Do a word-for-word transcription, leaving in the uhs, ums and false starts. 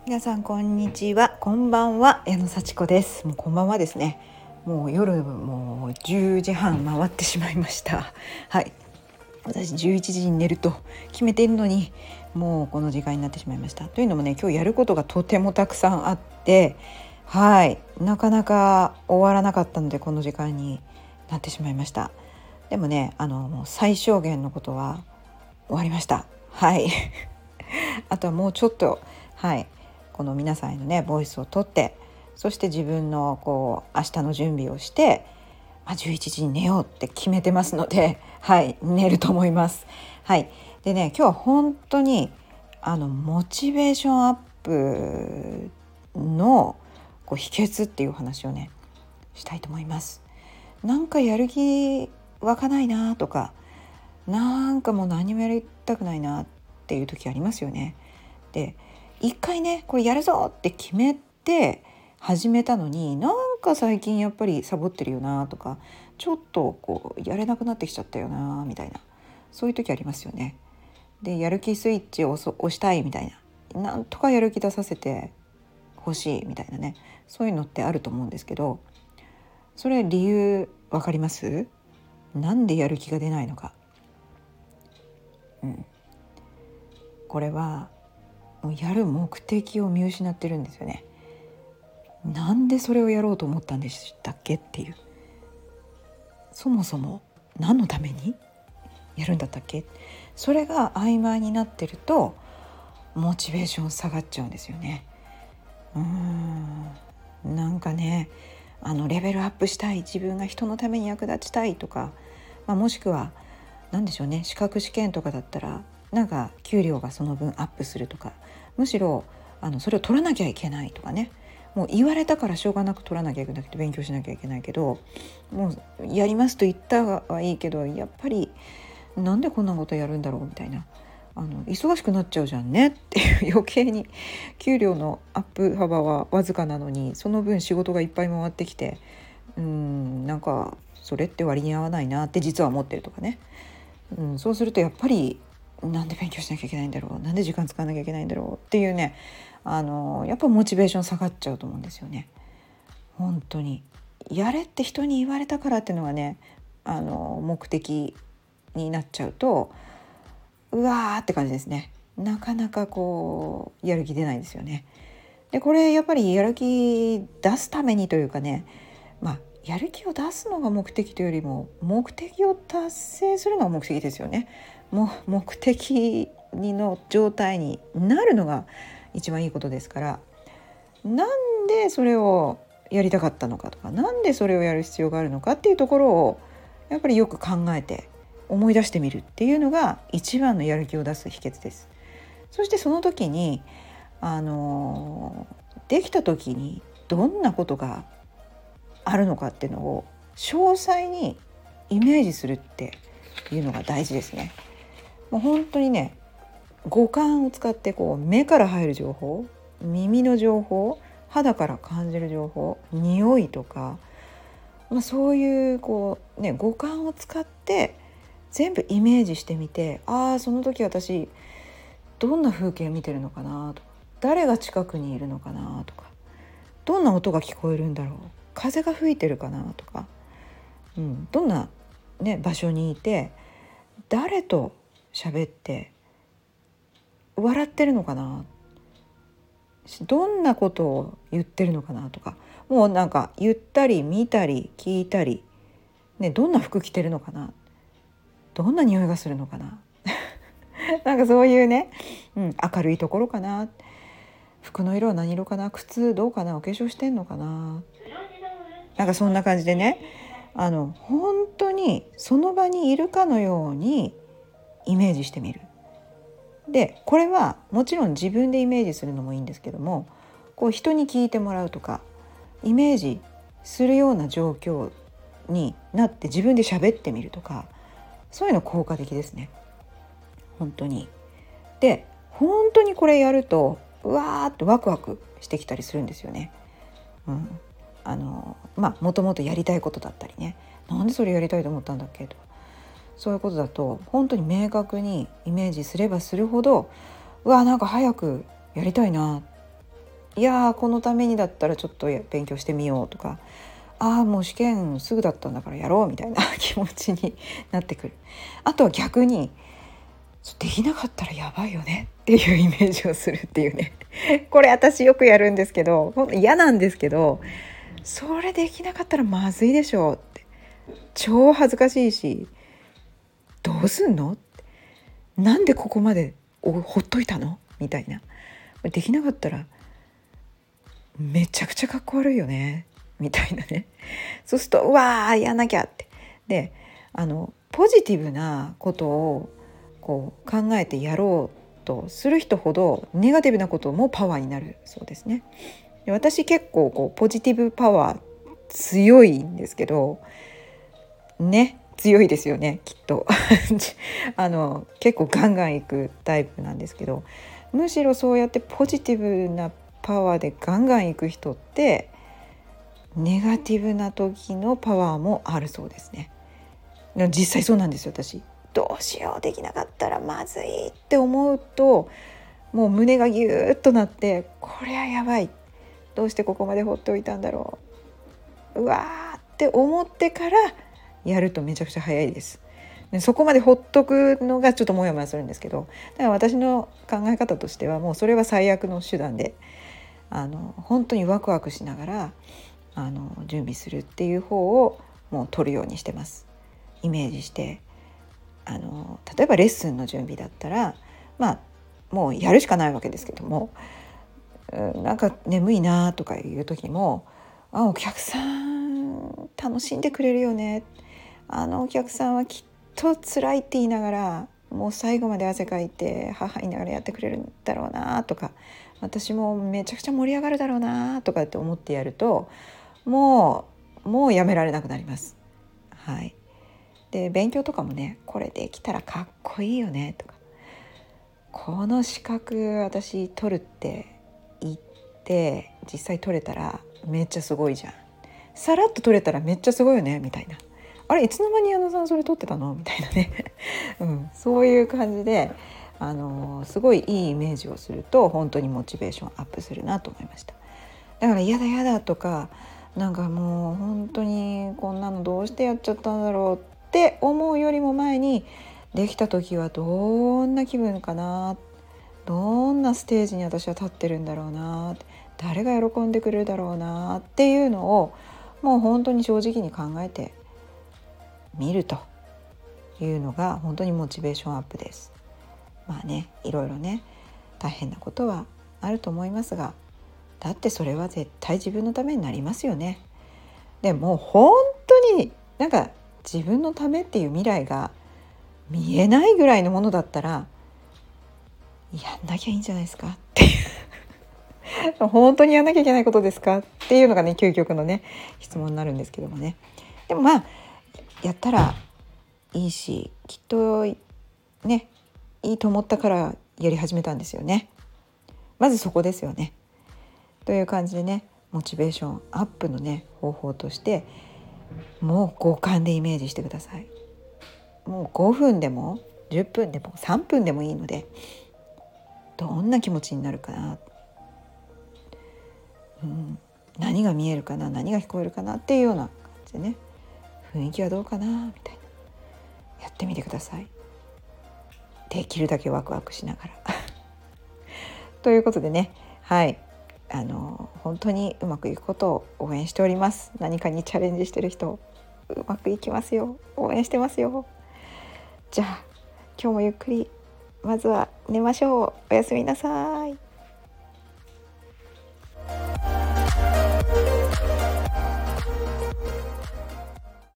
皆さんこんにちは、こんばんは、矢野幸子です。もうこんばんはですね。もう夜もうじゅうじはん回ってしまいました。はい、私じゅういちじに寝ると決めているのに、もうこの時間になってしまいました。というのもね、今日やることがとてもたくさんあって、はい、なかなか終わらなかったのでこの時間になってしまいました。でもね、あのもう最小限のことは終わりました。はいあとはもうちょっと、はい、この皆さんへのねボイスを取って、そして自分のこう明日の準備をして、まあ、じゅういちじに寝ようって決めてますので、はい、寝ると思います。はい、でね、今日は本当にあのモチベーションアップのこう秘訣っていう話をねしたいと思います。なんかやる気湧かないなとか、なんかもう何もやりたくないなっていう時ありますよね。で、一回ねこれやるぞって決めて始めたのに、なんか最近やっぱりサボってるよなとか、ちょっとこうやれなくなってきちゃったよなみたいな、そういう時ありますよね。で、やる気スイッチを押押したいみたいな、なんとかやる気出させてほしいみたいなね、そういうのってあると思うんですけど、それ理由わかります？なんでやる気が出ないのか。うん、これはもうやる目的を見失ってるんですよね。なんでそれをやろうと思ったんでしたっけっていう、そもそも何のためにやるんだったっけ、それが曖昧になってるとモチベーション下がっちゃうんですよね。うーんなんかね、あのレベルアップしたい、自分が人のために役立ちたいとか、まあ、もしくは何でしょうね、資格試験とかだったらなんか給料がその分アップするとか、むしろあのそれを取らなきゃいけないとかね、もう言われたからしょうがなく取らなきゃいけなくて勉強しなきゃいけないけど、もうやりますと言ったはいいけど、やっぱりなんでこんなことやるんだろうみたいな、あの忙しくなっちゃうじゃんねっていう、余計に給料のアップ幅はわずかなのにその分仕事がいっぱい回ってきて、うーんなんかそれって割に合わないなって実は思ってるとかね、うん、そうするとやっぱりなんで勉強しなきゃいけないんだろう、なんで時間使わなきゃいけないんだろうっていうね、あのやっぱモチベーション下がっちゃうと思うんですよね。本当にやれって人に言われたからっていうのがね、あの目的になっちゃうと、うわーって感じですね。なかなかこうやる気出ないですよね。で、これやっぱりやる気出すためにというかね、まあやる気を出すのが目的というよりも目的を達成するのが目的ですよね。もう目的の状態になるのが一番いいことですから、なんでそれをやりたかったのかとか、なんでそれをやる必要があるのかっていうところをやっぱりよく考えて思い出してみるっていうのが一番のやる気を出す秘訣です。そしてその時にあのできた時にどんなことがあるのかっていうのを詳細にイメージするっていうのが大事ですね。もう本当にね、五感を使ってこう目から入る情報、耳の情報、肌から感じる情報、匂いとか、まあ、そういうこうね五感を使って全部イメージしてみて、ああその時私どんな風景見てるのかなとか、誰が近くにいるのかなとか、どんな音が聞こえるんだろう、風が吹いてるかなとか、うん、どんな、ね、場所にいて誰と喋って笑ってるのかな、どんなことを言ってるのかなとか、もうなんか言ったり見たり聞いたり、ね、どんな服着てるのかな、どんな匂いがするのかななんかそういうね、うん、明るいところかな、服の色は何色かな、靴どうかな、お化粧してんのかな、なんかそんな感じでね、あの本当にその場にいるかのようにイメージしてみる。で、これはもちろん自分でイメージするのもいいんですけども、こう人に聞いてもらうとか、イメージするような状況になって自分で喋ってみるとか、そういうの効果的ですね、本当に。で、本当にこれやるとうわーっとワクワクしてきたりするんですよね。うん、あのまあもともとやりたいことだったりね、なんでそれやりたいと思ったんだっけと、そういうことだと本当に明確にイメージすればするほど、うわなんか早くやりたいな、 いやーこのためにだったらちょっと勉強してみようとか、ああもう試験すぐだったんだからやろうみたいな気持ちになってくる。あとは逆にできなかったらやばいよねっていうイメージをするっていうねこれ私よくやるんですけど、嫌なんですけど、それできなかったらまずいでしょうって、超恥ずかしいし、どうすんの、なんでここまでほっといたのみたいな。できなかったらめちゃくちゃかっこ悪いよねみたいなね。そうするとうわーやんなきゃって、であのポジティブなことをこう考えてやろうとする人ほどネガティブなこともパワーになるそうですね。で私結構こうポジティブパワー強いんですけどね、強いですよねきっとあの結構ガンガンいくタイプなんですけど、むしろそうやってポジティブなパワーでガンガンいく人ってネガティブな時のパワーもあるそうですね。実際そうなんですよ。私どうしようできなかったらまずいって思うともう胸がギューッとなって、これはやばい、どうしてここまで放っておいたんだろう、うわーって思ってからやるとめちゃくちゃ早いです。でそこまでほっとくのがちょっとモヤモヤするんですけど、だから私の考え方としてはもうそれは最悪の手段で、あの本当にワクワクしながらあの準備するっていう方をもう取るようにしてます。イメージして、あの例えばレッスンの準備だったらまあもうやるしかないわけですけども、うんなんか眠いなとかいう時も、あお客さん楽しんでくれるよね、あのお客さんはきっと辛いって言いながらもう最後まで汗かいてはは言いながらやってくれるんだろうなとか、私もめちゃくちゃ盛り上がるだろうなとかって思ってやるともうもうやめられなくなります。はい。で勉強とかもね、これできたらかっこいいよねとか、この資格私取るって言って実際取れたらめっちゃすごいじゃん、さらっと取れたらめっちゃすごいよねみたいな、あれいつの間に矢野さんそれ取ってたのみたいなね、うん、そういう感じであのすごいいいイメージをすると本当にモチベーションアップするなと思いました。だから嫌だ嫌だとか、なんかもう本当にこんなのどうしてやっちゃったんだろうって思うよりも前に、できた時はどんな気分かな、どんなステージに私は立ってるんだろうな、誰が喜んでくれるだろうなっていうのをもう本当に正直に考えてみるというのが本当にモチベーションアップです。まあね、いろいろね大変なことはあると思いますが、だってそれは絶対自分のためになりますよね。でも本当になんか自分のためっていう未来が見えないぐらいのものだったらやんなきゃいいんじゃないですかっていう本当にやんなきゃいけないことですかっていうのがね究極のね質問になるんですけどもね。でもまあやったらいいし、きっとねいいと思ったからやり始めたんですよね。まずそこですよね。という感じでね、モチベーションアップのね方法としてもう五感でイメージしてください。もうごふんでもじゅっぷんでもさんぷんでもいいので、どんな気持ちになるかな、うん、何が見えるかな、何が聞こえるかなっていうような感じでね、雰囲気はどうかなみたいな、やってみてください。できるだけワクワクしながらということでね、はいあの本当にうまくいくことを応援しております。何かにチャレンジしてる人うまくいきますよ、応援してますよ。じゃあ今日もゆっくりまずは寝ましょう。おやすみなさい。